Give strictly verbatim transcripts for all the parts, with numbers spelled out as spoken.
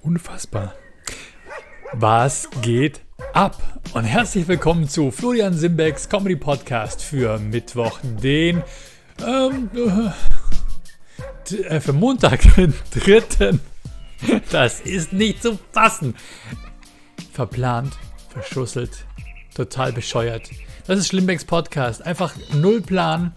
Unfassbar. Was geht ab? Und herzlich willkommen zu Florian Simbecks Comedy Podcast für Mittwoch, den ähm, äh, für Montag, den dritten. Das ist nicht zu fassen. Verplant, verschusselt, total bescheuert. Das ist Schlimmbecks Podcast. Einfach null Plan.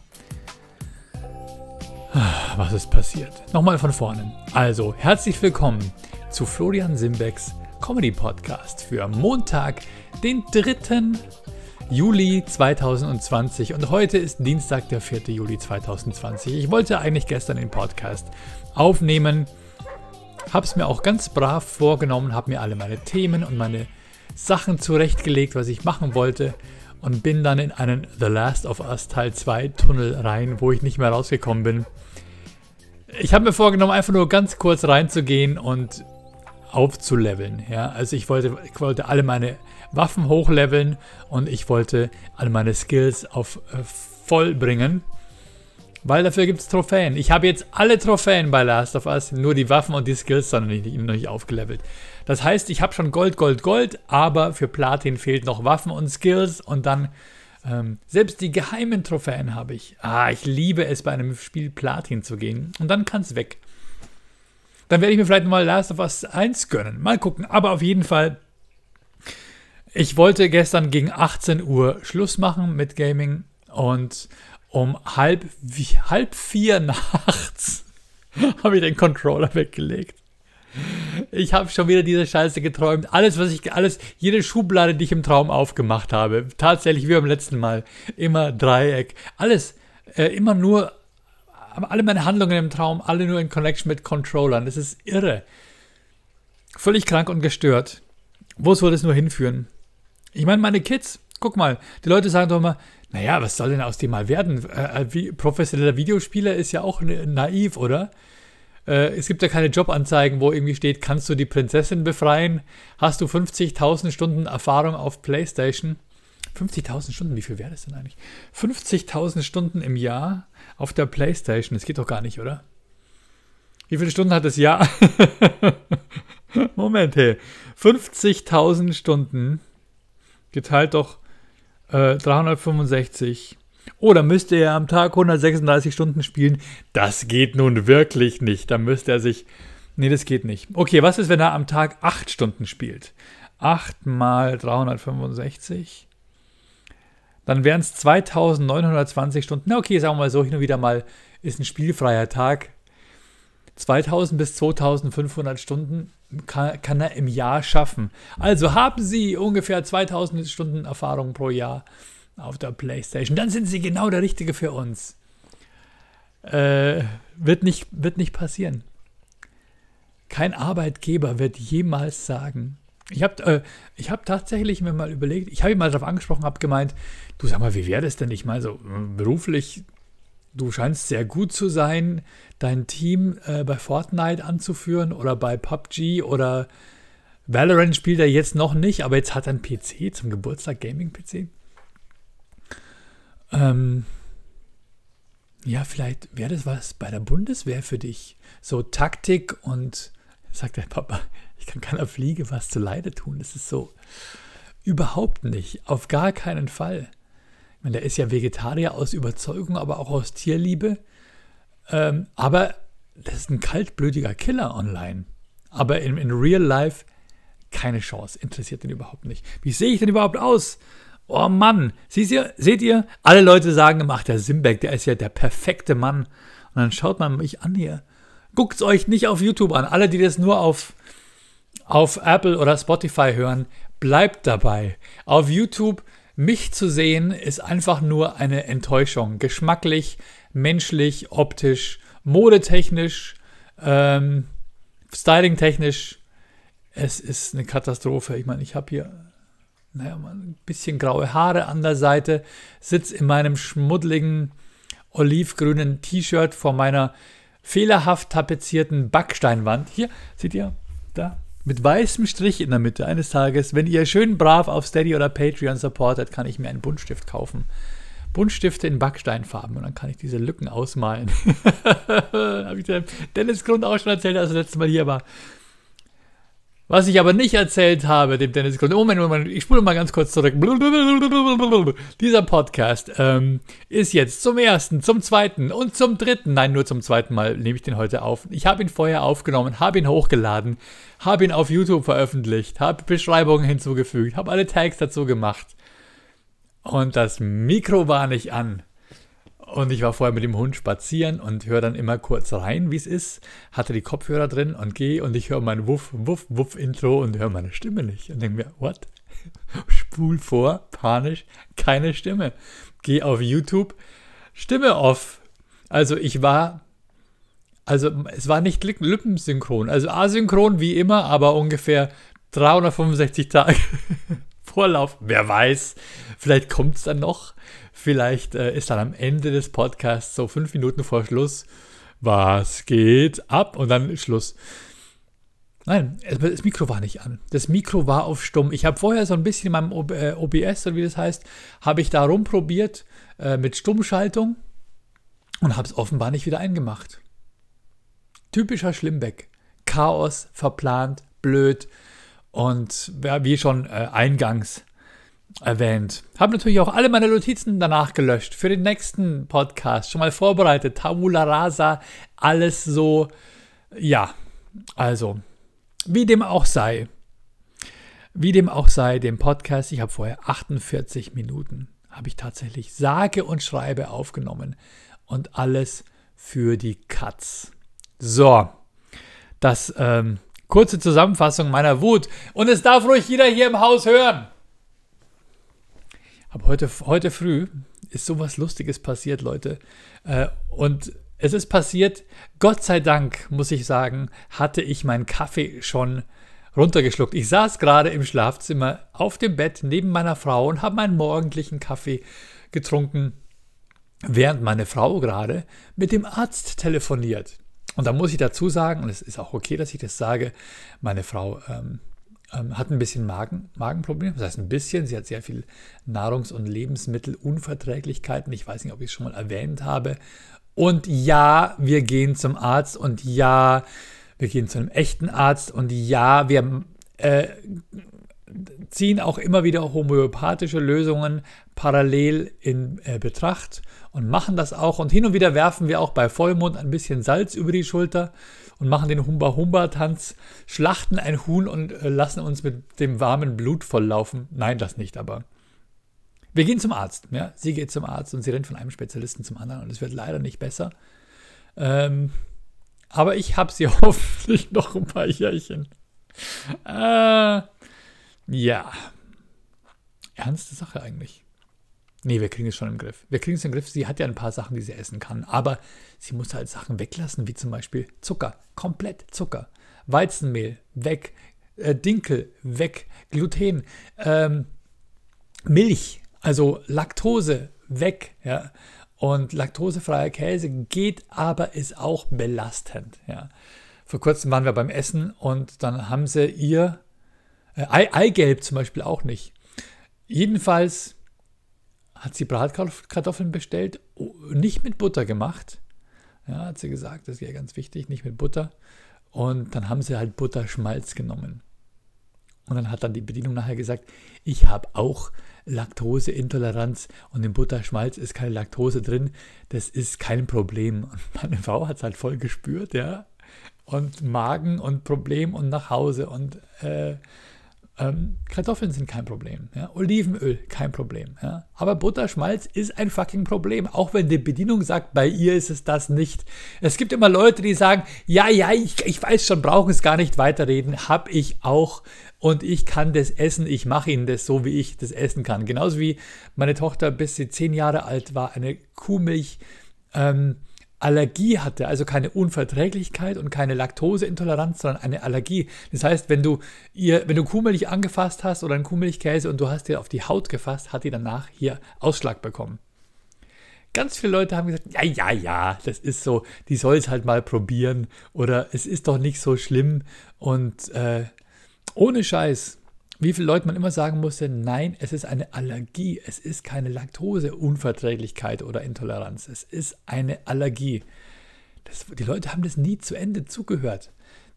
Was ist passiert? Nochmal von vorne. Also, herzlich willkommen zu Florian Simbecks Comedy Podcast für Montag, den dritten Juli zweitausendzwanzig. Und heute ist Dienstag, der vierte Juli zweitausendzwanzig. Ich wollte eigentlich gestern den Podcast aufnehmen. Hab's mir auch ganz brav vorgenommen, habe mir alle meine Themen und meine Sachen zurechtgelegt, was ich machen wollte. Und bin dann in einen The Last of Us Teil zwei Tunnel rein, wo ich nicht mehr rausgekommen bin. Ich habe mir vorgenommen, einfach nur ganz kurz reinzugehen und aufzuleveln. Ja? Also ich wollte, ich wollte alle meine Waffen hochleveln und ich wollte alle meine Skills auf äh, voll bringen. Weil dafür gibt es Trophäen. Ich habe jetzt alle Trophäen bei Last of Us, nur die Waffen und die Skills sind noch nicht, noch nicht aufgelevelt. Das heißt, ich habe schon Gold, Gold, Gold, aber für Platin fehlt noch Waffen und Skills und dann ähm, selbst die geheimen Trophäen habe ich. Ah, ich liebe es, bei einem Spiel Platin zu gehen und dann kann es weg. Dann werde ich mir vielleicht mal Last of Us eins gönnen. Mal gucken, aber auf jeden Fall, ich wollte gestern gegen achtzehn Uhr Schluss machen mit Gaming und um halb, wie, halb vier nachts habe ich den Controller weggelegt. Ich habe schon wieder diese Scheiße geträumt. Alles, was ich, alles, jede Schublade, die ich im Traum aufgemacht habe, tatsächlich wie beim letzten Mal, immer Dreieck, alles, äh, immer nur, alle meine Handlungen im Traum, alle nur in Connection mit Controllern. Das ist irre. Völlig krank und gestört. Wo soll das nur hinführen? Ich meine, meine Kids, guck mal, die Leute sagen doch immer, naja, was soll denn aus dem mal werden? Äh, wie, professioneller Videospieler ist ja auch naiv, oder? Äh, es gibt ja keine Jobanzeigen, wo irgendwie steht, kannst du die Prinzessin befreien? Hast du fünfzigtausend Stunden Erfahrung auf PlayStation? fünfzigtausend Stunden, wie viel wäre das denn eigentlich? fünfzigtausend Stunden im Jahr auf der PlayStation, das geht doch gar nicht, oder? Wie viele Stunden hat das Jahr? Moment, hey. fünfzigtausend Stunden geteilt doch äh, dreihundertfünfundsechzig. Oh, da müsste er am Tag hundertsechsunddreißig Stunden spielen. Das geht nun wirklich nicht. Da müsste er sich... Nee, das geht nicht. Okay, was ist, wenn er am Tag acht Stunden spielt? acht mal dreihundertfünfundsechzig. Dann wären es zweitausendneunhundertzwanzig Stunden. Na okay, sagen wir mal so, hin und wieder mal ist ein spielfreier Tag. zweitausend bis zweitausendfünfhundert Stunden kann, kann er im Jahr schaffen. Also haben Sie ungefähr zweitausend Stunden Erfahrung pro Jahr auf der PlayStation. Dann sind Sie genau der Richtige für uns. Äh, wird nicht, wird nicht passieren. Kein Arbeitgeber wird jemals sagen... Ich habe äh, ich hab tatsächlich mir mal überlegt, ich habe ihn mal darauf angesprochen, habe gemeint, du sag mal, wie wäre das denn? Ich meine, so beruflich, du scheinst sehr gut zu sein, dein Team äh, bei Fortnite anzuführen oder bei P U B G oder Valorant spielt er jetzt noch nicht, aber jetzt hat er einen P C zum Geburtstag, Gaming-P C. Ähm, ja, vielleicht wäre das was bei der Bundeswehr für dich. So Taktik und, sagt der Papa, ich kann keiner Fliege was zuleide tun. Das ist so überhaupt nicht. Auf gar keinen Fall. Ich meine, der ist ja Vegetarier aus Überzeugung, aber auch aus Tierliebe. Ähm, aber das ist ein kaltblütiger Killer online. Aber in, in Real Life keine Chance. Interessiert den überhaupt nicht. Wie sehe ich denn überhaupt aus? Oh Mann. Seht ihr? Seht ihr? Alle Leute sagen, ach, der Simbeck, der ist ja der perfekte Mann. Und dann schaut man mich an hier. Guckt es euch nicht auf YouTube an. Alle, die das nur auf auf Apple oder Spotify hören, bleibt dabei. Auf YouTube mich zu sehen, ist einfach nur eine Enttäuschung. Geschmacklich, menschlich, optisch, modetechnisch, ähm, stylingtechnisch. Es ist eine Katastrophe. Ich meine, ich habe hier naja, ein bisschen graue Haare an der Seite, sitze in meinem schmuddeligen, olivgrünen T-Shirt vor meiner fehlerhaft tapezierten Backsteinwand. Hier, seht ihr, da, mit weißem Strich in der Mitte. Eines Tages, wenn ihr schön brav auf Steady oder Patreon supportet, kann ich mir einen Buntstift kaufen. Buntstifte in Backsteinfarben und dann kann ich diese Lücken ausmalen. Habe ich dem Dennis Grund auch schon erzählt, als er das letzte Mal hier war. Was ich aber nicht erzählt habe, dem Dennis Klund, Moment, Moment, ich spule mal ganz kurz zurück. Dieser Podcast ähm, ist jetzt zum ersten, zum zweiten und zum dritten, nein, nur zum zweiten Mal nehme ich den heute auf. Ich habe ihn vorher aufgenommen, habe ihn hochgeladen, habe ihn auf YouTube veröffentlicht, habe Beschreibungen hinzugefügt, habe alle Tags dazu gemacht. Und das Mikro war nicht an. Und ich war vorher mit dem Hund spazieren und höre dann immer kurz rein, wie es ist. Hatte die Kopfhörer drin und gehe und ich höre mein Wuff, Wuff, Wuff Intro und höre meine Stimme nicht. Und denke mir, what? Spul vor, panisch, keine Stimme. Gehe auf YouTube, Stimme off. Also ich war, also es war nicht lippensynchron, also asynchron wie immer, aber ungefähr dreihundertfünfundsechzig Tage Vorlauf. Wer weiß, vielleicht kommt es dann noch. Vielleicht äh, ist dann am Ende des Podcasts so fünf Minuten vor Schluss, was geht ab und dann Schluss. Nein, das Mikro war nicht an. Das Mikro war auf stumm. Ich habe vorher so ein bisschen in meinem O B S, oder wie das heißt, habe ich da rumprobiert äh, mit Stummschaltung und habe es offenbar nicht wieder eingemacht. Typischer Schlimmbeck. Chaos, verplant, blöd und wie schon äh, eingangs erwähnt. Habe natürlich auch alle meine Notizen danach gelöscht. Für den nächsten Podcast schon mal vorbereitet. Tabula rasa, alles so, ja, also, wie dem auch sei. Wie dem auch sei, dem Podcast, ich habe vorher achtundvierzig Minuten, habe ich tatsächlich sage und schreibe aufgenommen. Und alles für die Katz. So, das, ähm, kurze Zusammenfassung meiner Wut. Und es darf ruhig jeder hier im Haus hören. Aber heute, heute früh ist sowas Lustiges passiert, Leute. Äh, und es ist passiert, Gott sei Dank, muss ich sagen, hatte ich meinen Kaffee schon runtergeschluckt. Ich saß gerade im Schlafzimmer auf dem Bett neben meiner Frau und habe meinen morgendlichen Kaffee getrunken, während meine Frau gerade mit dem Arzt telefoniert. Und da muss ich dazu sagen, und es ist auch okay, dass ich das sage, meine Frau ähm, ähm, hat ein bisschen Magen, Magenprobleme. Das heißt ein bisschen, sie hat sehr viel Nahrungs- und Lebensmittelunverträglichkeiten. Ich weiß nicht, ob ich es schon mal erwähnt habe. Und ja, wir gehen zum Arzt und ja, wir gehen zu einem echten Arzt und ja, wir äh, ziehen auch immer wieder homöopathische Lösungen parallel in äh, Betracht und machen das auch. Und hin und wieder werfen wir auch bei Vollmond ein bisschen Salz über die Schulter und machen den Humba-Humba-Tanz, schlachten ein Huhn und äh, lassen uns mit dem warmen Blut volllaufen. Nein, das nicht, aber wir gehen zum Arzt. Ja? Sie geht zum Arzt und sie rennt von einem Spezialisten zum anderen und es wird leider nicht besser. Ähm, aber ich habe sie hoffentlich noch ein paar Jährchen. Äh, ja. Ernste Sache eigentlich. Nee, wir kriegen es schon im Griff. Wir kriegen es im Griff. Sie hat ja ein paar Sachen, die sie essen kann. Aber sie muss halt Sachen weglassen, wie zum Beispiel Zucker. Komplett Zucker. Weizenmehl, weg. Äh, Dinkel, weg. Gluten. Ähm, Milch, also Laktose, weg. Ja. Und laktosefreier Käse geht, aber ist auch belastend. Ja. Vor kurzem waren wir beim Essen und dann haben sie ihr äh, Ei, Eigelb zum Beispiel auch nicht. Jedenfalls hat sie Bratkartoffeln bestellt, nicht mit Butter gemacht. Ja, hat sie gesagt, das ist ja ganz wichtig, nicht mit Butter. Und dann haben sie halt Butterschmalz genommen. Und dann hat dann die Bedienung nachher gesagt, ich habe auch Laktoseintoleranz und im Butterschmalz ist keine Laktose drin. Das ist kein Problem. Und meine Frau hat es halt voll gespürt, ja. Und Magen und Problem und nach Hause und äh, Ähm, Kartoffeln sind kein Problem, ja? Olivenöl kein Problem, ja? Aber Butterschmalz ist ein fucking Problem, auch wenn die Bedienung sagt, bei ihr ist es das nicht. Es gibt immer Leute, die sagen, ja, ja, ich, ich weiß schon, brauchen es gar nicht weiterreden, hab ich auch und ich kann das essen, ich mache ihnen das so, wie ich das essen kann. Genauso wie meine Tochter, bis sie zehn Jahre alt war, eine Kuhmilch ähm, Allergie hatte, also keine Unverträglichkeit und keine Laktoseintoleranz, sondern eine Allergie. Das heißt, wenn du ihr, wenn du Kuhmilch angefasst hast oder einen Kuhmilchkäse und du hast dir auf die Haut gefasst, hat die danach hier Ausschlag bekommen. Ganz viele Leute haben gesagt, ja, ja, ja, das ist so, die soll es halt mal probieren oder es ist doch nicht so schlimm und äh, ohne Scheiß. Wie viele Leute man immer sagen musste, nein, es ist eine Allergie, es ist keine Laktoseunverträglichkeit oder Intoleranz, es ist eine Allergie. Das, die Leute haben das nie zu Ende zugehört.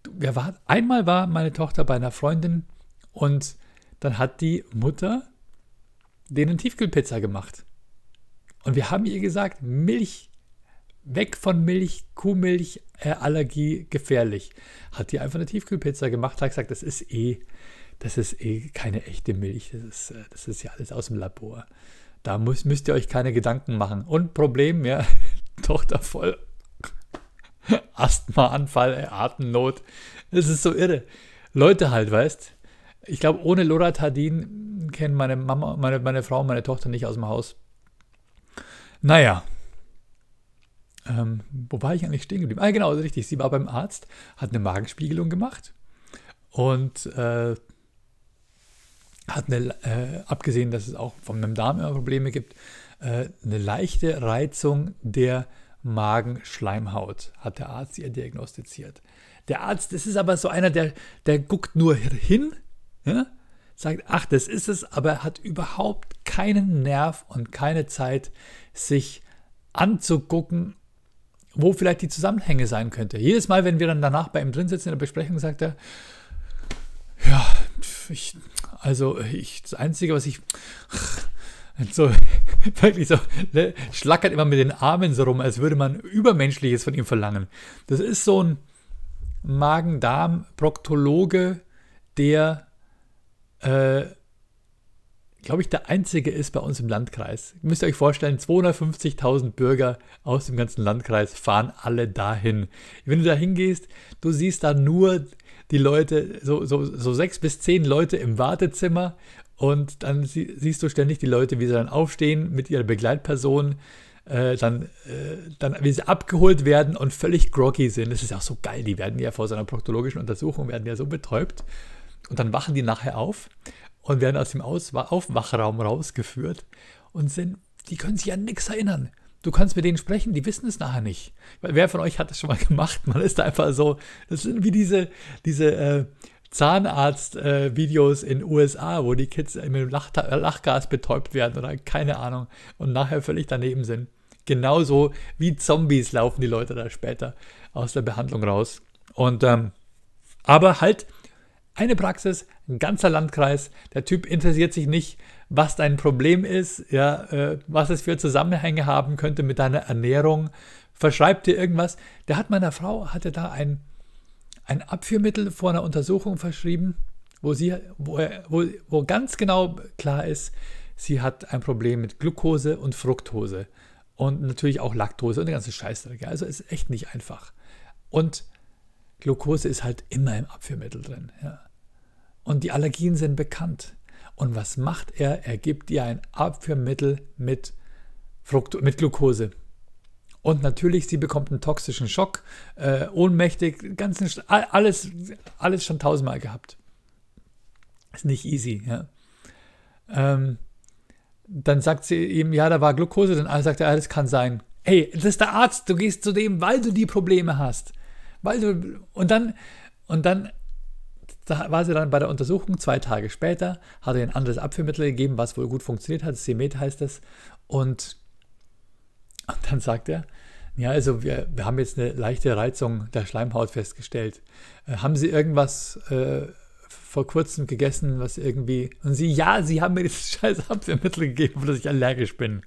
wir war, einmal war meine Tochter bei einer Freundin und dann hat die Mutter denen Tiefkühlpizza gemacht. Und wir haben ihr gesagt, Milch, weg von Milch, Kuhmilch, äh, Allergie, gefährlich. Hat die einfach eine Tiefkühlpizza gemacht, hat gesagt, das ist eh, das ist eh keine echte Milch, das ist, äh, das ist ja alles aus dem Labor. Da muss, müsst ihr euch keine Gedanken machen. Und Problem, ja, Tochter voll Asthmaanfall, Atemnot. Das ist so irre. Leute halt, weißt, ich glaube, ohne Loratadin kennen meine Mama, meine, meine Frau und meine Tochter nicht aus dem Haus. Naja. Ähm, wo war ich eigentlich stehen geblieben? Ah, genau, richtig. Sie war beim Arzt, hat eine Magenspiegelung gemacht und äh, hat eine, äh, abgesehen, dass es auch von meinem Darm immer Probleme gibt, äh, eine leichte Reizung der Magenschleimhaut, hat der Arzt ihr diagnostiziert. Der Arzt, das ist aber so einer, der, der guckt nur hin, ja, sagt, ach, das ist es, aber er hat überhaupt keinen Nerv und keine Zeit, sich anzugucken, wo vielleicht die Zusammenhänge sein könnte. Jedes Mal, wenn wir dann danach bei ihm drin sitzen in der Besprechung, sagt er, ja, ich, also ich, das Einzige, was ich so wirklich so ne, schlackert immer mit den Armen so rum, als würde man Übermenschliches von ihm verlangen. Das ist so ein Magen-Darm-Proktologe, der äh, glaube ich, der einzige ist bei uns im Landkreis. Ihr müsst euch vorstellen, zweihundertfünfzigtausend Bürger aus dem ganzen Landkreis fahren alle dahin. Wenn du da hingehst, du siehst da nur die Leute, so, so, so sechs bis zehn Leute im Wartezimmer und dann sie, siehst du ständig die Leute, wie sie dann aufstehen mit ihrer Begleitperson, äh, dann, äh, dann wie sie abgeholt werden und völlig groggy sind. Das ist auch so geil, die werden ja vor so einer proktologischen Untersuchung, werden ja so betäubt und dann wachen die nachher auf und werden aus dem Aus- Aufwachraum rausgeführt und sind, die können sich an nichts erinnern. Du kannst mit denen sprechen, die wissen es nachher nicht. Weil wer von euch hat das schon mal gemacht? Man ist da einfach so, das sind wie diese, diese äh, Zahnarzt-Videos äh, in den U S A, wo die Kids mit Lach- Lachgas betäubt werden oder keine Ahnung und nachher völlig daneben sind. Genauso wie Zombies laufen die Leute da später aus der Behandlung raus. Und ähm, aber halt eine Praxis, ein ganzer Landkreis. Der Typ interessiert sich nicht, was dein Problem ist, ja, äh, was es für Zusammenhänge haben könnte mit deiner Ernährung. Verschreibt dir irgendwas. Der hat meiner Frau, hatte da ein, ein Abführmittel vor einer Untersuchung verschrieben, wo, sie, wo, er, wo, wo ganz genau klar ist, sie hat ein Problem mit Glucose und Fructose. Und natürlich auch Laktose und der ganze Scheißdreck. Also ist echt nicht einfach. Und Glucose ist halt immer im Abführmittel drin, ja. Und die Allergien sind bekannt. Und was macht er? Er gibt ihr ein Abführmittel mit, Fructo- mit Glucose. Und natürlich, sie bekommt einen toxischen Schock, äh, ohnmächtig, ganzen, alles, alles schon tausendmal gehabt. Ist nicht easy. Ja. Ähm, dann sagt sie ihm, ja, da war Glucose. Dann sagt er, ja, das kann sein. Hey, das ist der Arzt, du gehst zu dem, weil du die Probleme hast. Weil du, und dann, und dann, da war sie dann bei der Untersuchung, zwei Tage später, hat er ein anderes Abführmittel gegeben, was wohl gut funktioniert hat, Semet heißt es, und, und dann sagt er, ja, also wir, wir haben jetzt eine leichte Reizung der Schleimhaut festgestellt. Äh, haben Sie irgendwas äh, vor kurzem gegessen, was irgendwie, und sie, ja, Sie haben mir das scheiß Abführmittel gegeben, für das ich allergisch bin.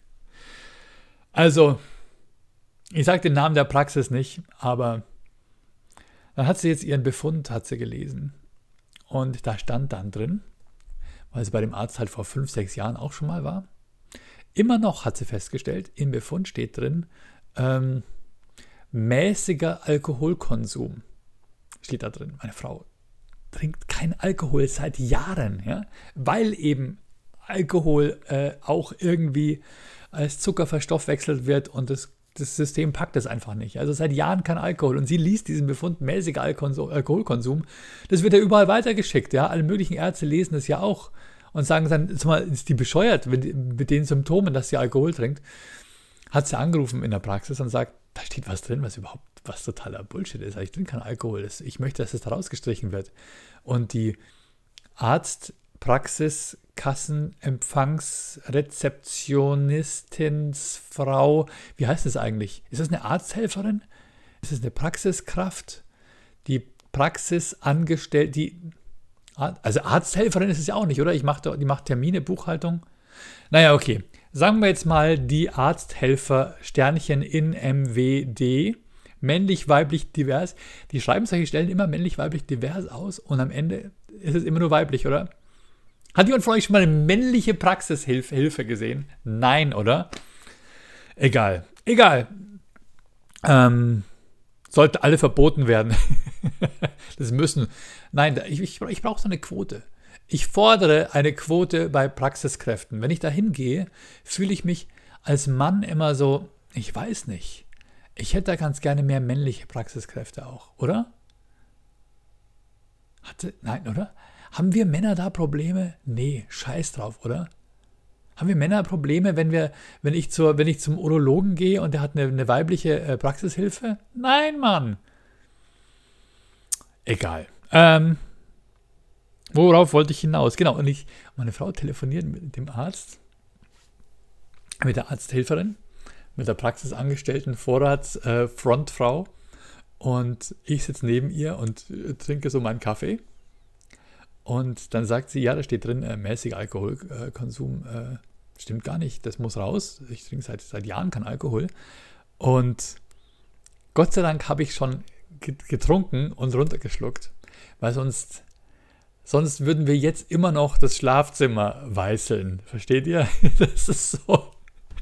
Also, ich sage den Namen der Praxis nicht, aber dann hat sie jetzt ihren Befund, hat sie gelesen. Und da stand dann drin, weil sie bei dem Arzt halt vor fünf, sechs Jahren auch schon mal war, immer noch hat sie festgestellt, im Befund steht drin, ähm, mäßiger Alkoholkonsum. Steht da drin. Meine Frau trinkt keinen Alkohol seit Jahren, ja, weil eben Alkohol äh, auch irgendwie als Zucker verstoffwechselt wird und das Das System packt das einfach nicht. Also seit Jahren kein Alkohol. Und sie liest diesen Befund, mäßiger Alkoholkonsum. Das wird ja überall weitergeschickt. Ja? Alle möglichen Ärzte lesen das ja auch und sagen dann, sag mal, ist die bescheuert wenn, mit den Symptomen, dass sie Alkohol trinkt. Hat sie angerufen in der Praxis und sagt, da steht was drin, was überhaupt was totaler Bullshit ist. Ich trinke keinen Alkohol. Ich möchte, dass das da rausgestrichen wird. Und die Arztpraxis Kassenempfangsrezeptionistinsfrau, wie heißt das eigentlich? Ist das eine Arzthelferin? Ist das eine Praxiskraft? Die Praxisangestellte, die, also Arzthelferin ist es ja auch nicht, oder? Ich mache, die macht Termine, Buchhaltung. Naja, okay. Sagen wir jetzt mal die Arzthelfer Sternchen in M W D, männlich, weiblich, divers. Die schreiben solche Stellen immer männlich, weiblich, divers aus und am Ende ist es immer nur weiblich, oder? Hat jemand von euch schon mal eine männliche Praxishilfe Hilfe gesehen? Nein, oder? Egal. Egal. Ähm, sollte alle verboten werden. Das müssen. Nein, ich, ich, ich brauche so eine Quote. Ich fordere eine Quote bei Praxiskräften. Wenn ich da hingehe, fühle ich mich als Mann immer so, ich weiß nicht. Ich hätte da ganz gerne mehr männliche Praxiskräfte auch, oder? Hatte, nein, oder? Haben wir Männer da Probleme? Nee, scheiß drauf, oder? Haben wir Männer Probleme, wenn wir, wenn ich zur, wenn ich zum Urologen gehe und der hat eine, eine weibliche äh, Praxishilfe? Nein, Mann. Egal. Ähm, worauf wollte ich hinaus? Genau, und ich, meine Frau telefoniert mit dem Arzt, mit der Arzthelferin, mit der praxisangestellten Vorratsfrontfrau äh, und ich sitze neben ihr und äh, trinke so meinen Kaffee. Und dann sagt sie, ja, da steht drin, äh, mäßiger Alkoholkonsum. Äh, stimmt gar nicht, das muss raus. Ich trinke seit, seit Jahren keinen Alkohol. Und Gott sei Dank habe ich schon getrunken und runtergeschluckt, weil sonst, sonst würden wir jetzt immer noch das Schlafzimmer weißeln. Versteht ihr? Das ist so.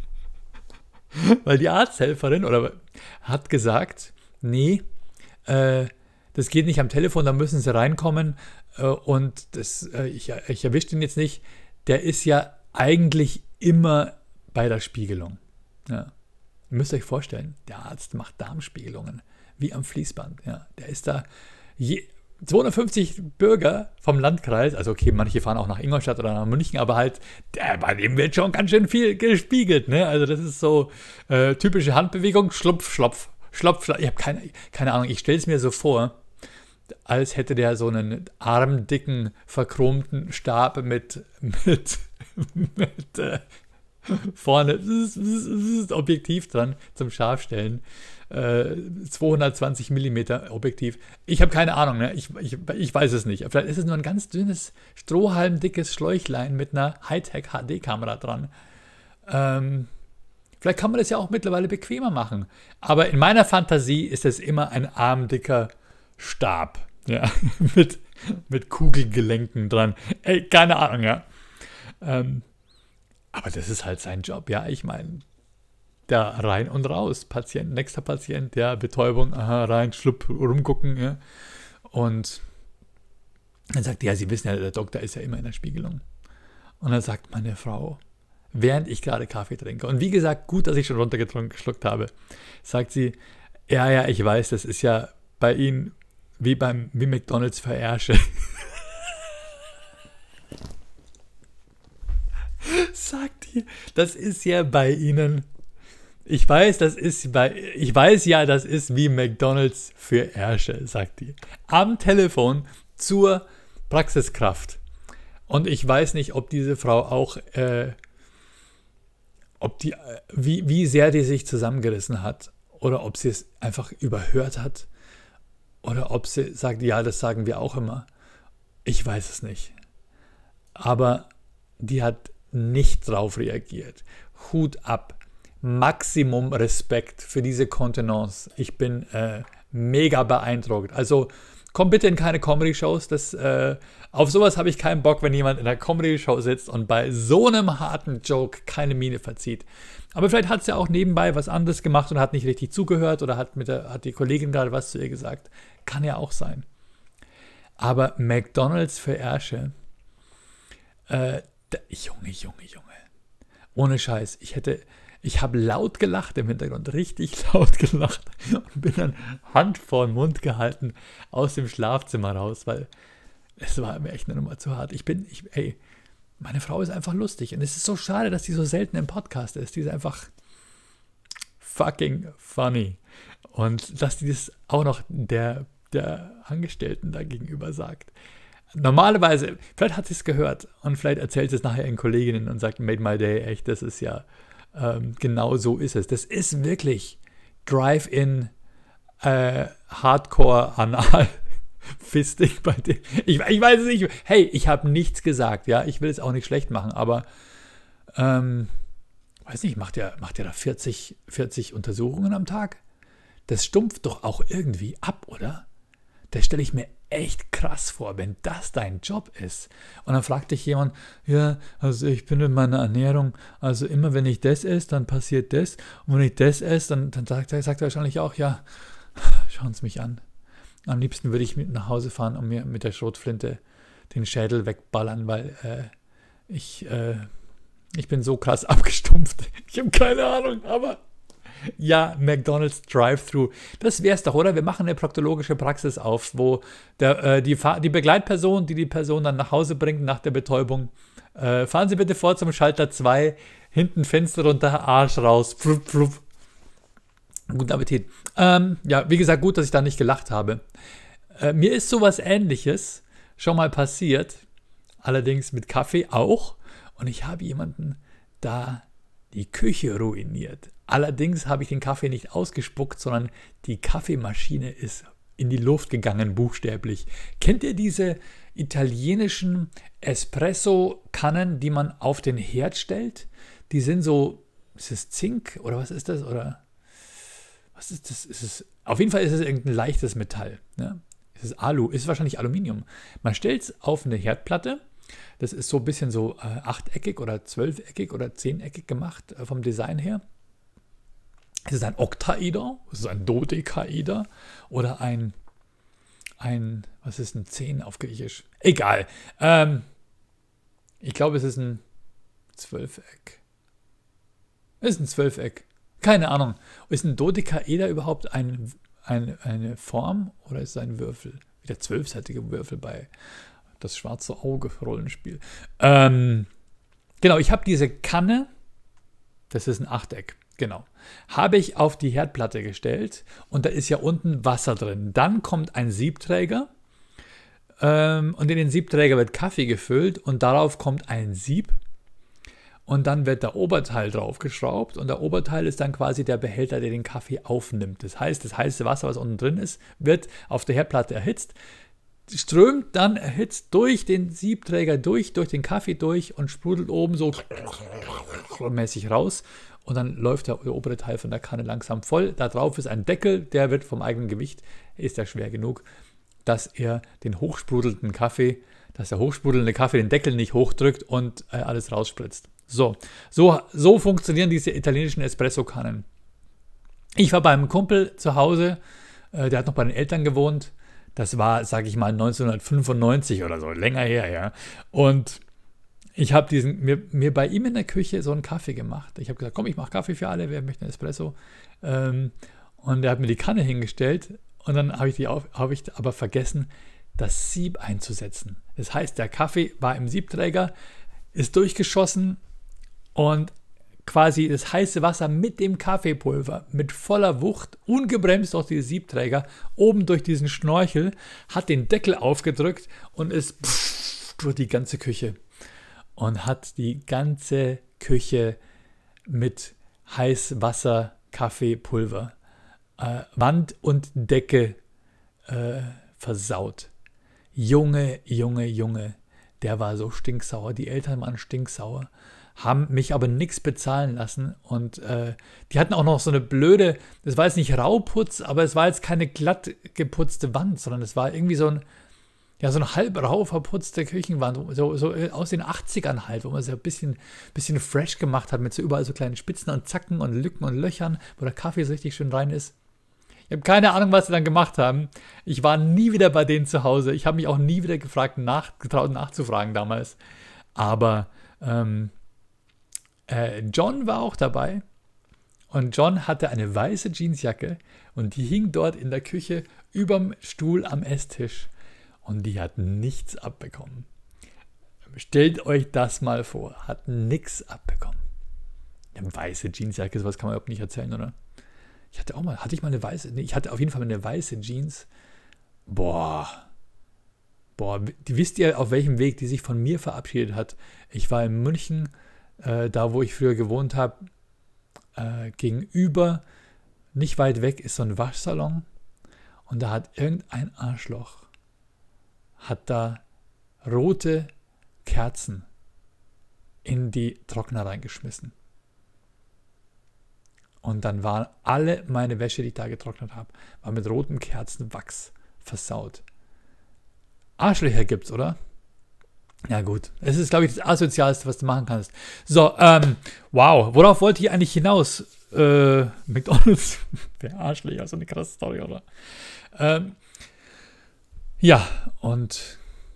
Weil die Arzthelferin oder, hat gesagt, nee, äh, das geht nicht am Telefon, da müssen sie reinkommen. Und das, ich, ich erwische den jetzt nicht, der ist ja eigentlich immer bei der Spiegelung. Ja. Ihr müsst euch vorstellen, der Arzt macht Darmspiegelungen, wie am Fließband. Ja. Der ist da, je, zweihundertfünfzig Bürger vom Landkreis, also okay, manche fahren auch nach Ingolstadt oder nach München, aber halt, der, bei dem wird schon ganz schön viel gespiegelt. Ne? Also das ist so äh, typische Handbewegung, schlupf, schlopf, schlopf, schlopf. Ich habe keine, keine Ahnung, ich stelle es mir so vor, als hätte der so einen armdicken, verchromten Stab mit, mit, mit äh, vorne das Objektiv dran zum Scharfstellen. Äh, zweihundertzwanzig Millimeter Objektiv. Ich habe keine Ahnung, ne? ich, ich, ich weiß es nicht. Vielleicht ist es nur ein ganz dünnes, strohhalmdickes Schläuchlein mit einer Hightech-H D-Kamera dran. Ähm, vielleicht kann man das ja auch mittlerweile bequemer machen. Aber in meiner Fantasie ist es immer ein armdicker Stab, ja, mit, mit Kugelgelenken dran. Ey, keine Ahnung, ja. Ähm, aber das ist halt sein Job, ja. Ich meine, da rein und raus. Patient, nächster Patient, ja, Betäubung, aha, rein, schlupp, rumgucken, ja. Und dann sagt er, ja, Sie wissen ja, der Doktor ist ja immer in der Spiegelung. Und dann sagt meine Frau, während ich gerade Kaffee trinke, und wie gesagt, gut, dass ich schon runtergeschluckt habe, sagt sie, ja, ja, ich weiß, das ist ja bei Ihnen wie beim wie McDonald's für Ärsche. Sagt die, das ist ja bei Ihnen. Ich weiß, das ist bei, ich weiß ja, das ist wie McDonald's für Ärsche, sagt die. Am Telefon zur Praxiskraft. Und ich weiß nicht, ob diese Frau auch, äh, ob die, wie, wie sehr die sich zusammengerissen hat. Oder ob sie es einfach überhört hat. Oder ob sie sagt, ja, das sagen wir auch immer. Ich weiß es nicht. Aber die hat nicht drauf reagiert. Hut ab. Maximum Respekt für diese Kontenance. Ich bin äh, mega beeindruckt. Also komm bitte in keine Comedy-Shows. Das, äh, auf sowas habe ich keinen Bock, wenn jemand in einer Comedy-Show sitzt und bei so einem harten Joke keine Miene verzieht. Aber vielleicht hat sie ja auch nebenbei was anderes gemacht und hat nicht richtig zugehört oder hat, mit der, hat die Kollegin gerade was zu ihr gesagt. Kann ja auch sein. Aber McDonald's für Ärsche, äh, da, Junge, Junge, Junge. Ohne Scheiß. Ich hätte, ich habe laut gelacht im Hintergrund, richtig laut gelacht und bin dann Hand vor den Mund gehalten aus dem Schlafzimmer raus, weil es war mir echt eine Nummer zu hart. Ich bin, ich, ey, meine Frau ist einfach lustig und es ist so schade, dass die so selten im Podcast ist. Die ist einfach fucking funny. Und dass die das auch noch der, der Angestellten da gegenüber sagt. Normalerweise, vielleicht hat sie es gehört und vielleicht erzählt sie es nachher ihren Kolleginnen und sagt, made my day, echt, das ist ja, ähm, genau so ist es. Das ist wirklich Drive-in äh, Hardcore-Anal. Fisting bei dem. Ich, ich weiß es nicht. Hey, ich habe nichts gesagt, ja. Ich will es auch nicht schlecht machen, aber ähm, weiß nicht, macht der, macht der da vierzig, vierzig Untersuchungen am Tag? Das stumpft doch auch irgendwie ab, oder? Das stelle ich mir echt krass vor, wenn das dein Job ist. Und dann fragt dich jemand, ja, also ich bin in meiner Ernährung, also immer wenn ich das esse, dann passiert das. Und wenn ich das esse, dann, dann sagt, sagt er wahrscheinlich auch, ja, schauen Sie mich an. Am liebsten würde ich mit nach Hause fahren und mir mit der Schrotflinte den Schädel wegballern, weil äh, ich, äh, ich bin so krass abgestumpft. Ich habe keine Ahnung, aber ja, McDonald's Drive-Thru. Das wär's doch, oder? Wir machen eine proktologische Praxis auf, wo der, äh, die, die Begleitperson, die die Person dann nach Hause bringt nach der Betäubung, äh, fahren Sie bitte vor zum Schalter zwei, hinten Fenster runter, Arsch raus. Prup, prup. Guten Appetit. Ähm, ja, wie gesagt, gut, dass ich da nicht gelacht habe. Äh, mir ist sowas Ähnliches schon mal passiert, allerdings mit Kaffee auch. Und ich habe jemanden da die Küche ruiniert. Allerdings habe ich den Kaffee nicht ausgespuckt, sondern die Kaffeemaschine ist in die Luft gegangen, buchstäblich. Kennt ihr diese italienischen Espresso-Kannen, die man auf den Herd stellt? Die sind so, ist es Zink oder was ist das? Oder was ist das? Ist es, auf jeden Fall ist es irgendein leichtes Metall. Ne? Es ist Alu, ist wahrscheinlich Aluminium. Man stellt es auf eine Herdplatte. Das ist so ein bisschen so äh, achteckig oder zwölfeckig oder zehneckig gemacht äh, vom Design her. Es ist ein Oktaeder, es ist ein Dodekaeder oder ein, ein, was ist ein zehn auf Griechisch? Egal. Ähm, ich glaube, es ist ein Zwölfeck. Es ist ein Zwölfeck. Keine Ahnung. Ist ein Dodekaeder überhaupt ein, ein, eine Form oder ist es ein Würfel? Wie der zwölfseitige Würfel bei Das schwarze Auge Rollenspiel. Ähm, genau, ich habe diese Kanne, das ist ein Achteck, genau, habe ich auf die Herdplatte gestellt und da ist ja unten Wasser drin. Dann kommt ein Siebträger ähm, und in den Siebträger wird Kaffee gefüllt und darauf kommt ein Sieb und dann wird der Oberteil draufgeschraubt und der Oberteil ist dann quasi der Behälter, der den Kaffee aufnimmt. Das heißt, das heiße Wasser, was unten drin ist, wird auf der Herdplatte erhitzt, strömt dann erhitzt durch den Siebträger durch, durch den Kaffee durch und sprudelt oben so mäßig raus und dann läuft der, der obere Teil von der Kanne langsam voll. Da drauf ist ein Deckel, der wird vom eigenen Gewicht, ist ja schwer genug, dass er den hochsprudelnden Kaffee, dass der hochsprudelnde Kaffee den Deckel nicht hochdrückt und äh, alles rausspritzt. So, so, so funktionieren diese italienischen Espresso-Kannen. Ich war beim Kumpel zu Hause, äh, der hat noch bei den Eltern gewohnt. Das war, sage ich mal, neunzehnhundertfünfundneunzig oder so, länger her, ja. Und ich habe diesen mir, mir bei ihm in der Küche so einen Kaffee gemacht. Ich habe gesagt, komm, ich mache Kaffee für alle, wer möchte einen Espresso? Ähm, und er hat mir die Kanne hingestellt und dann habe ich, die auf, hab ich aber vergessen, das Sieb einzusetzen. Das heißt, der Kaffee war im Siebträger, ist durchgeschossen und quasi das heiße Wasser mit dem Kaffeepulver, mit voller Wucht, ungebremst durch die Siebträger, oben durch diesen Schnorchel, hat den Deckel aufgedrückt und ist pff, durch die ganze Küche und hat die ganze Küche mit Heißwasser, Kaffeepulver, äh, Wand und Decke äh, versaut. Junge, Junge, Junge, der war so stinksauer, die Eltern waren stinksauer, haben mich aber nichts bezahlen lassen und äh, die hatten auch noch so eine blöde, das war jetzt nicht Rauputz, aber es war jetzt keine glatt geputzte Wand, sondern es war irgendwie so ein, ja, so eine halb rau verputzte Küchenwand, so, so aus den achtzigern halt, wo man es ein bisschen, bisschen fresh gemacht hat, mit so überall so kleinen Spitzen und Zacken und Lücken und Löchern, wo der Kaffee so richtig schön rein ist. Ich habe keine Ahnung, was sie dann gemacht haben. Ich war nie wieder bei denen zu Hause. Ich habe mich auch nie wieder gefragt, nach, getraut nachzufragen damals. Aber ähm, äh, John war auch dabei. Und John hatte eine weiße Jeansjacke und die hing dort in der Küche überm Stuhl am Esstisch. Und die hat nichts abbekommen. Stellt euch das mal vor. Hat nichts abbekommen. Eine weiße Jeansjacke, sowas kann man überhaupt nicht erzählen, oder? Ich hatte auch mal, hatte ich mal eine weiße, nee, ich hatte auf jeden Fall eine weiße Jeans. Boah. Boah, die, wisst ihr, auf welchem Weg die sich von mir verabschiedet hat? Ich war in München, äh, da wo ich früher gewohnt habe, äh, gegenüber, nicht weit weg, ist so ein Waschsalon. Und da hat irgendein Arschloch hat da rote Kerzen in die Trockner reingeschmissen. Und dann waren alle meine Wäsche, die ich da getrocknet habe, war mit rotem Kerzenwachs versaut. Arschlöcher gibt's, oder? Ja gut, es ist, glaube ich, das Asozialste, was du machen kannst. So, ähm, wow, worauf wollte ich eigentlich hinaus? Äh, McDonald's, der Arschlöcher, so eine krasse Story, oder? Ähm, ja, und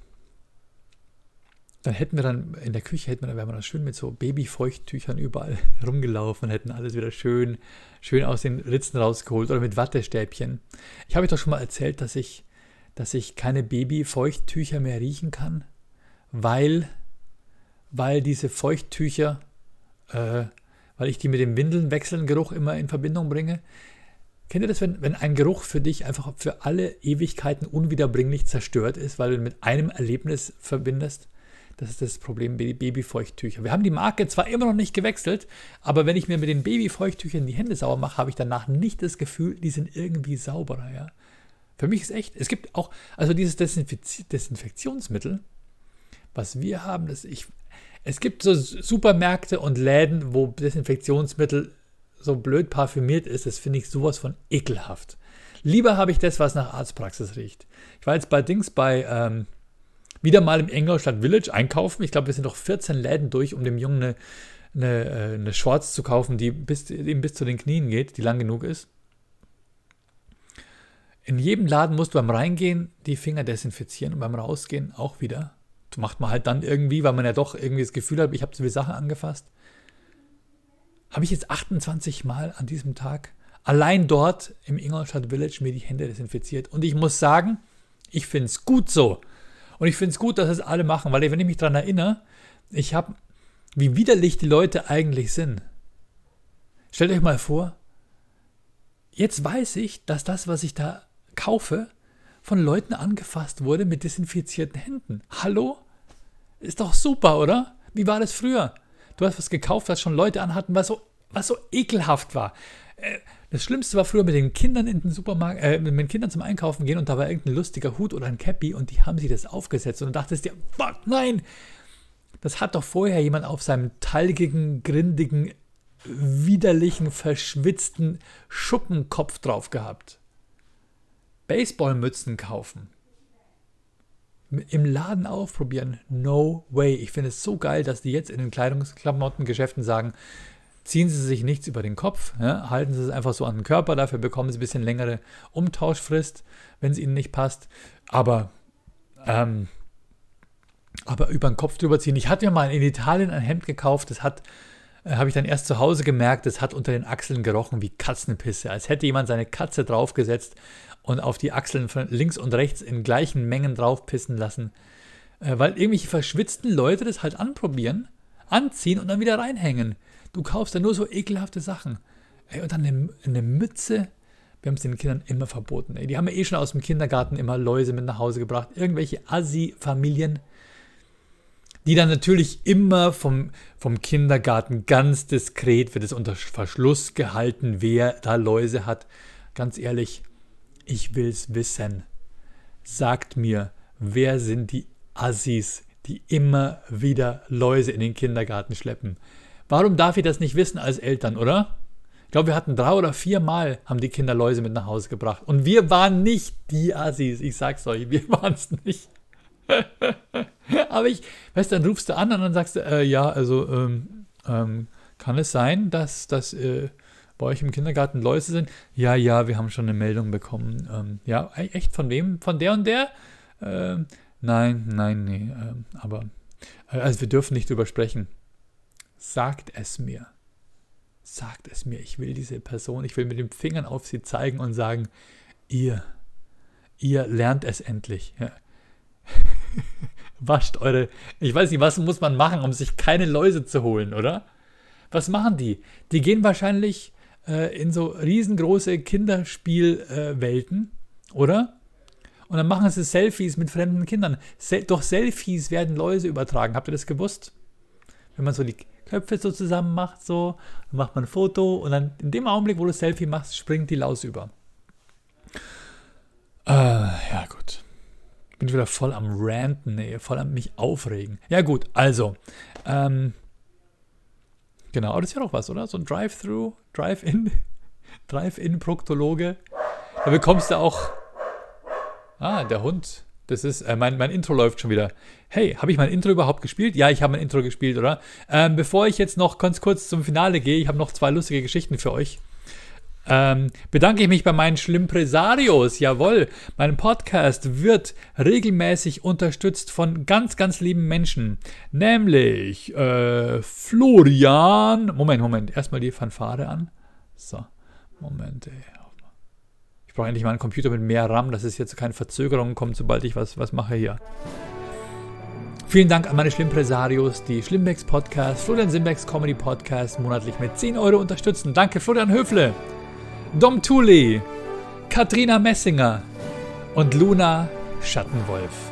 dann hätten wir dann in der Küche, hätten wir dann, wären wir dann schön mit so Babyfeuchttüchern überall rumgelaufen und hätten alles wieder schön, schön aus den Ritzen rausgeholt oder mit Wattestäbchen. Ich habe euch doch schon mal erzählt, dass ich, dass ich keine Babyfeuchttücher mehr riechen kann, weil, weil diese Feuchttücher, äh, weil ich die mit dem Windelnwechseln-Geruch immer in Verbindung bringe. Kennt ihr das, wenn, wenn ein Geruch für dich einfach für alle Ewigkeiten unwiederbringlich zerstört ist, weil du ihn mit einem Erlebnis verbindest? Das ist das Problem Babyfeuchttücher. Wir haben die Marke zwar immer noch nicht gewechselt, aber wenn ich mir mit den Babyfeuchttüchern die Hände sauber mache, habe ich danach nicht das Gefühl, die sind irgendwie sauberer. Ja? Für mich ist echt, es gibt auch, also dieses Desinfiz- Desinfektionsmittel, was wir haben, das ich, es gibt so Supermärkte und Läden, wo Desinfektionsmittel so blöd parfümiert ist, das finde ich sowas von ekelhaft. Lieber habe ich das, was nach Arztpraxis riecht. Ich war jetzt bei Dings bei, ähm, wieder mal im Ingolstadt Village einkaufen. Ich glaube, wir sind doch vierzehn Läden durch, um dem Jungen eine, eine, eine Shorts zu kaufen, die bis, ihm bis zu den Knien geht, die lang genug ist. In jedem Laden musst du beim Reingehen die Finger desinfizieren und beim Rausgehen auch wieder. Das macht man halt dann irgendwie, weil man ja doch irgendwie das Gefühl hat, ich habe so viele Sachen angefasst. Habe ich jetzt achtundzwanzig Mal an diesem Tag allein dort im Ingolstadt Village mir die Hände desinfiziert. Und ich muss sagen, ich finde es gut so. Und ich finde es gut, dass es alle machen, weil wenn ich mich daran erinnere, ich habe, wie widerlich die Leute eigentlich sind. Stellt euch mal vor, jetzt weiß ich, dass das, was ich da kaufe, von Leuten angefasst wurde mit desinfizierten Händen. Hallo? Ist doch super, oder? Wie war das früher? Du hast was gekauft, was schon Leute anhatten, was so, was so ekelhaft war. Das Schlimmste war früher mit den Kindern in den Supermarkt, äh, mit den Kindern zum Einkaufen gehen und da war irgendein lustiger Hut oder ein Cappy und die haben sich das aufgesetzt und du dachtest dir, fuck, nein! Das hat doch vorher jemand auf seinem talgigen, grindigen, widerlichen, verschwitzten Schuppenkopf drauf gehabt. Baseballmützen kaufen. Im Laden aufprobieren. No way. Ich finde es so geil, dass die jetzt in den Kleidungsklamottengeschäften sagen, ziehen Sie sich nichts über den Kopf, ja, halten Sie es einfach so an den Körper, dafür bekommen Sie ein bisschen längere Umtauschfrist, wenn es Ihnen nicht passt, aber, ähm, aber über den Kopf drüber ziehen. Ich hatte mir mal in Italien ein Hemd gekauft, das hat, äh, habe ich dann erst zu Hause gemerkt, das hat unter den Achseln gerochen wie Katzenpisse, als hätte jemand seine Katze draufgesetzt und auf die Achseln von links und rechts in gleichen Mengen draufpissen lassen, äh, weil irgendwelche verschwitzten Leute das halt anprobieren, anziehen und dann wieder reinhängen. Du kaufst da nur so ekelhafte Sachen. Ey, und dann eine, eine Mütze. Wir haben es den Kindern immer verboten. Ey. Die haben ja eh schon aus dem Kindergarten immer Läuse mit nach Hause gebracht. Irgendwelche Assi-Familien, die dann natürlich immer vom, vom Kindergarten ganz diskret wird es unter Verschluss gehalten, wer da Läuse hat. Ganz ehrlich, ich will's wissen. Sagt mir, wer sind die Assis, die immer wieder Läuse in den Kindergarten schleppen? Warum darf ich das nicht wissen als Eltern, oder? Ich glaube, wir hatten drei oder vier Mal, haben die Kinder Läuse mit nach Hause gebracht. Und wir waren nicht die Assis. Ich sag's euch, wir waren es nicht. Aber ich, weißt du, dann rufst du an und dann sagst du, äh, ja, also, ähm, ähm, kann es sein, dass, dass äh, bei euch im Kindergarten Läuse sind? Ja, ja, wir haben schon eine Meldung bekommen. Ähm, ja, echt, von wem? Von der und der? Ähm, nein, nein, nee, ähm, aber, äh, also wir dürfen nicht drüber sprechen. Sagt es mir. Sagt es mir. Ich will diese Person, ich will mit den Fingern auf sie zeigen und sagen, ihr, ihr lernt es endlich. Ja. Wascht eure, ich weiß nicht, was muss man machen, um sich keine Läuse zu holen, oder? Was machen die? Die gehen wahrscheinlich äh, in so riesengroße Kinderspielwelten, äh, oder? Und dann machen sie Selfies mit fremden Kindern. Se- durch Selfies werden Läuse übertragen. Habt ihr das gewusst? Wenn man so die Köpfe so zusammen macht, so, dann macht man ein Foto und dann in dem Augenblick, wo du das Selfie machst, springt die Laus über. Äh, ja gut. bin wieder voll am Ranten, ey, voll am mich aufregen. Ja gut, also, ähm, genau, aber das ist ja doch was, oder? So ein Drive-Thru, Drive-In, Drive-In-Proktologe. Da bekommst du auch, ah, der Hund, das ist, äh, mein, mein Intro läuft schon wieder. Hey, habe ich mein Intro überhaupt gespielt? Ja, ich habe mein Intro gespielt, oder? Ähm, bevor ich jetzt noch ganz kurz zum Finale gehe, ich habe noch zwei lustige Geschichten für euch. Ähm, bedanke ich mich bei meinen Schlimmpresarios. Jawohl, mein Podcast wird regelmäßig unterstützt von ganz, ganz lieben Menschen. Nämlich äh, Florian. Moment, Moment. Erstmal die Fanfare an. So, Moment, ey. Ich brauche endlich mal einen Computer mit mehr RAM, dass es jetzt keine Verzögerungen kommt, sobald ich was, was mache hier. Vielen Dank an meine Schlimmpresarios, die Schlimmbecks Podcast, Florian Simbecks Comedy Podcast monatlich mit zehn Euro unterstützen. Danke Florian Höfle, Dom Thule, Katrina Messinger und Luna Schattenwolf.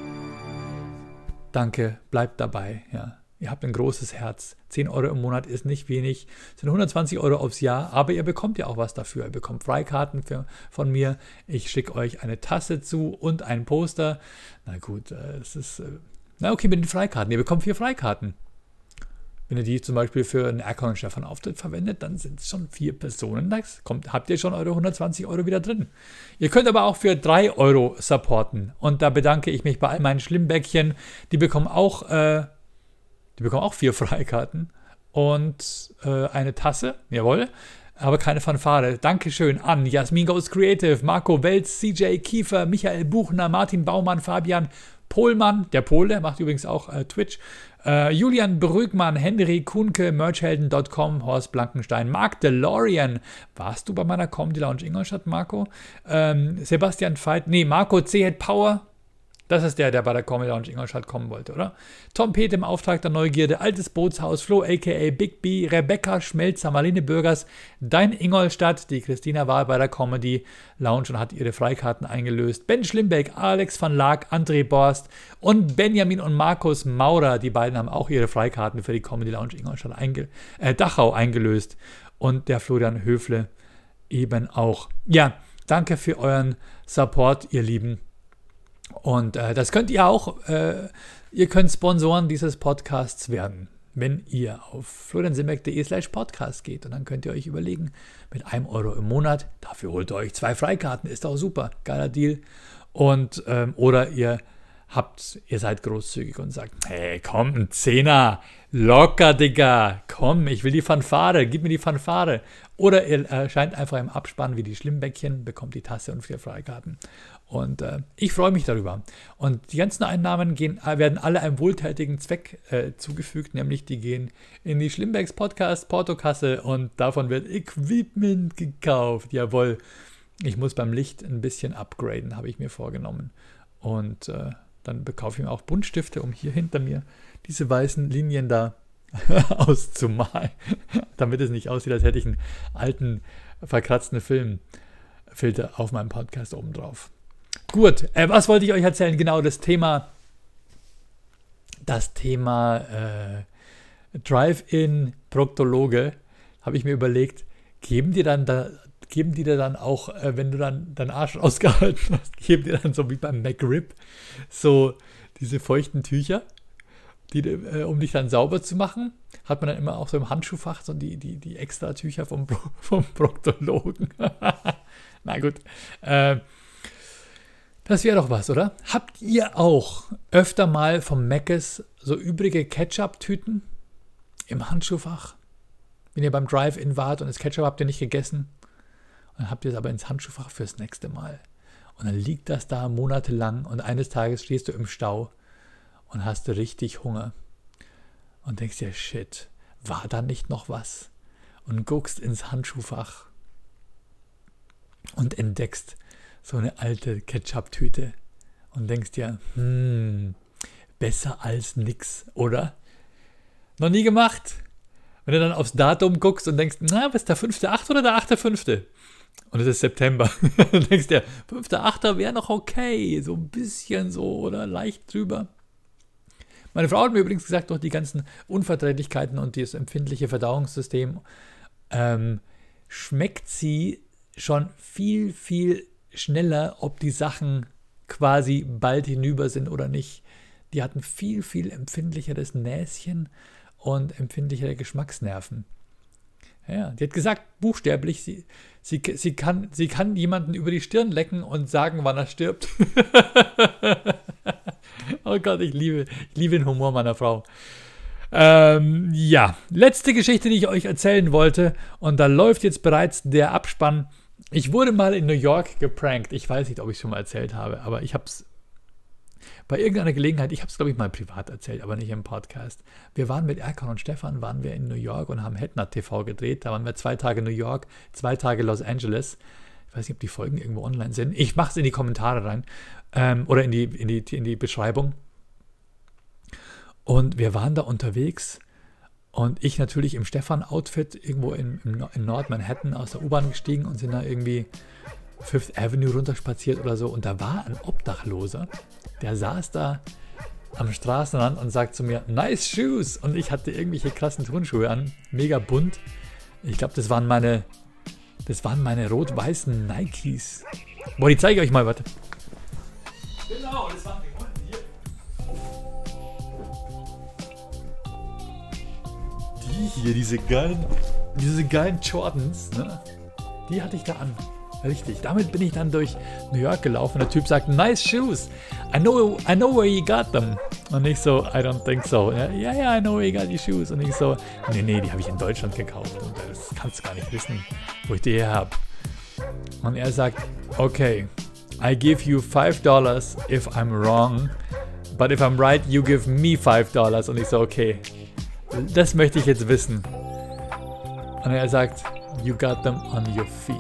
Danke, bleibt dabei. Ja. Ihr habt ein großes Herz. zehn Euro im Monat ist nicht wenig. Das sind hundertzwanzig Euro aufs Jahr, aber ihr bekommt ja auch was dafür. Ihr bekommt Freikarten für, von mir. Ich schicke euch eine Tasse zu und ein Poster. Na gut, es ist... Na okay, mit den Freikarten. Ihr bekommt vier Freikarten. Wenn ihr die zum Beispiel für einen Erkan und Stefan Auftritt verwendet, dann sind es schon vier Personen. Da kommt, habt ihr schon eure hundertzwanzig Euro wieder drin. Ihr könnt aber auch für drei Euro supporten. Und da bedanke ich mich bei all meinen Schlimmbäckchen. Die bekommen auch... Äh, Die bekommen auch vier Freikarten und äh, eine Tasse, jawohl, aber keine Fanfare. Dankeschön an Jasmin Goes Creative, Marco Welz, C J Kiefer, Michael Buchner, Martin Baumann, Fabian Pohlmann, der Pole, macht übrigens auch äh, Twitch, äh, Julian Brügmann, Henry Kuhnke, merchhelden Punkt com, Horst Blankenstein, Mark DeLorean, warst du bei meiner Comedy Lounge Ingolstadt, Marco? Ähm, Sebastian Veit, nee, Marco C Head Power, das ist der, der bei der Comedy Lounge Ingolstadt kommen wollte, oder? Tom Pete im Auftrag der Neugierde, Altes Bootshaus, Flo aka Big B, Rebecca Schmelzer, Marlene Bürgers, Dein Ingolstadt, die Christina war bei der Comedy Lounge und hat ihre Freikarten eingelöst. Ben Schlimbeck, Alex van Laak, André Borst und Benjamin und Markus Maurer, die beiden haben auch ihre Freikarten für die Comedy Lounge Ingolstadt einge äh, Dachau eingelöst. Und der Florian Höfle eben auch. Ja, danke für euren Support, ihr Lieben. Und äh, das könnt ihr auch, äh, ihr könnt Sponsoren dieses Podcasts werden, wenn ihr auf floriansimbeck.de slash podcast geht. Und dann könnt ihr euch überlegen, mit einem Euro im Monat, dafür holt ihr euch zwei Freikarten, ist doch super, geiler Deal. Und, ähm, oder ihr habt, ihr seid großzügig und sagt, hey, komm, ein Zehner, locker, Digga, komm, ich will die Fanfare, gib mir die Fanfare. Oder ihr erscheint einfach im Abspann wie die Schlimmbäckchen, bekommt die Tasse und vier Freikarten. Und äh, ich freue mich darüber. Und die ganzen Einnahmen gehen, werden alle einem wohltätigen Zweck äh, zugefügt, nämlich die gehen in die Schlimmbecks Podcast Portokasse und davon wird Equipment gekauft. Jawohl, ich muss beim Licht ein bisschen upgraden, habe ich mir vorgenommen. Und äh, dann bekaufe ich mir auch Buntstifte, um hier hinter mir diese weißen Linien da auszumalen, damit es nicht aussieht, als hätte ich einen alten, verkratzten Filmfilter auf meinem Podcast oben drauf. Gut, äh, was wollte ich euch erzählen? Genau, das Thema, das Thema äh, Drive-In-Proktologe, habe ich mir überlegt, geben die dann da, geben die dir dann auch, äh, wenn du dann deinen Arsch ausgehalten hast, geben die dann so wie beim McRib so diese feuchten Tücher, die, äh, um dich dann sauber zu machen, hat man dann immer auch so im Handschuhfach so die, die, die extra Tücher vom, Pro, vom Proktologen. Na gut, äh, das wäre doch was, oder? Habt ihr auch öfter mal vom Mc's so übrige Ketchup-Tüten im Handschuhfach? Wenn ihr beim Drive-In wart und das Ketchup habt ihr nicht gegessen, dann habt ihr es aber ins Handschuhfach fürs nächste Mal. Und dann liegt das da monatelang und eines Tages stehst du im Stau und hast du richtig Hunger. Und denkst dir, shit, war da nicht noch was? Und guckst ins Handschuhfach und entdeckst so eine alte Ketchup-Tüte und denkst dir, hm, besser als nix, oder? Noch nie gemacht? Wenn du dann aufs Datum guckst und denkst, na, was ist der fünfte achte oder der achte fünfte? Und es ist September. Dann denkst du dir, fünfte achte wäre noch okay, so ein bisschen so oder leicht drüber. Meine Frau hat mir übrigens gesagt, durch die ganzen Unverträglichkeiten und das empfindliche Verdauungssystem ähm, schmeckt sie schon viel, viel schneller, ob die Sachen quasi bald hinüber sind oder nicht. Die hatten viel, viel empfindlicheres Näschen und empfindlichere Geschmacksnerven. Ja, die hat gesagt, buchstäblich, sie, sie, sie, kann, sie kann jemanden über die Stirn lecken und sagen, wann er stirbt. Oh Gott, ich liebe, ich liebe den Humor meiner Frau. Ähm, ja, letzte Geschichte, die ich euch erzählen wollte, und da läuft jetzt bereits der Abspann. Ich wurde mal in New York geprankt. Ich weiß nicht, ob ich es schon mal erzählt habe, aber ich habe es bei irgendeiner Gelegenheit, ich habe es glaube ich mal privat erzählt, aber nicht im Podcast. Wir waren mit Erkan und Stefan, waren wir in New York und haben Headnut T V gedreht. Da waren wir zwei Tage New York, zwei Tage Los Angeles. Ich weiß nicht, ob die Folgen irgendwo online sind. Ich mache es in die Kommentare rein ähm, oder in die, in, die, in die Beschreibung. Und wir waren da unterwegs und ich natürlich im Stefan-Outfit irgendwo in, in, in Nord-Manhattan aus der U-Bahn gestiegen und sind da irgendwie Fifth Avenue runterspaziert oder so. Und da war ein Obdachloser, der saß da am Straßenrand und sagt zu mir, nice shoes. Und ich hatte irgendwelche krassen Turnschuhe an, mega bunt. Ich glaube, das waren meine, das waren meine rot-weißen Nikes. Boah, die zeige ich euch mal, warte. Genau, das waren die. Die hier, diese geilen, diese geilen Jordans, ne? Die hatte ich da an. Richtig. Damit bin ich dann durch New York gelaufen. Der Typ sagt, nice shoes. I know, I know where you got them. Und ich so, I don't think so. Ja, yeah, yeah, I know where you got your shoes. Und ich so, nee, nee, die habe ich in Deutschland gekauft. Und das kannst du gar nicht wissen, wo ich die her habe. Und er sagt, okay, I give you five dollars if I'm wrong. But if I'm right, you give me five dollars. Und ich so, okay, das möchte ich jetzt wissen. Und er sagt, you got them on your feet.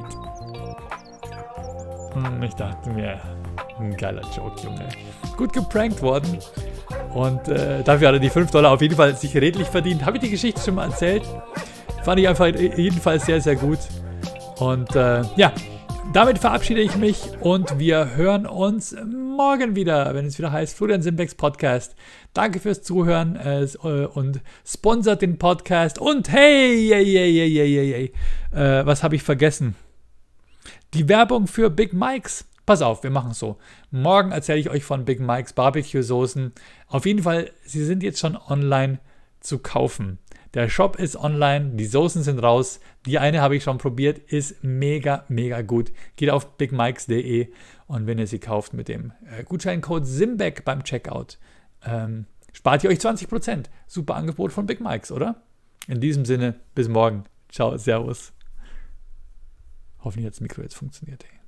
Und ich dachte mir, ein geiler Joke, Junge. Gut geprankt worden. Und äh, dafür hat er die fünf Dollar auf jeden Fall sich redlich verdient. Habe ich die Geschichte schon mal erzählt? Fand ich einfach jedenfalls sehr, sehr gut. Und äh, ja, damit verabschiede ich mich und wir hören uns morgen wieder, wenn es wieder heißt Florian Simbecks Podcast. Danke fürs Zuhören äh, und sponsert den Podcast. Und hey, hey, hey, hey, hey, hey, hey. Äh, was habe ich vergessen? Die Werbung für Big Mike's. Pass auf, wir machen es so. Morgen erzähle ich euch von Big Mike's Barbecue-Soßen. Auf jeden Fall, sie sind jetzt schon online zu kaufen. Der Shop ist online, die Soßen sind raus. Die eine habe ich schon probiert, ist mega, mega gut. Geht auf big mikes punkt de und wenn ihr sie kauft mit dem äh, Gutscheincode SIMBECK beim Checkout, ähm, spart ihr euch zwanzig Prozent. Super Angebot von Big Mike's, oder? In diesem Sinne, bis morgen. Ciao, servus. Hoffentlich hat das Mikro jetzt funktioniert. Ey.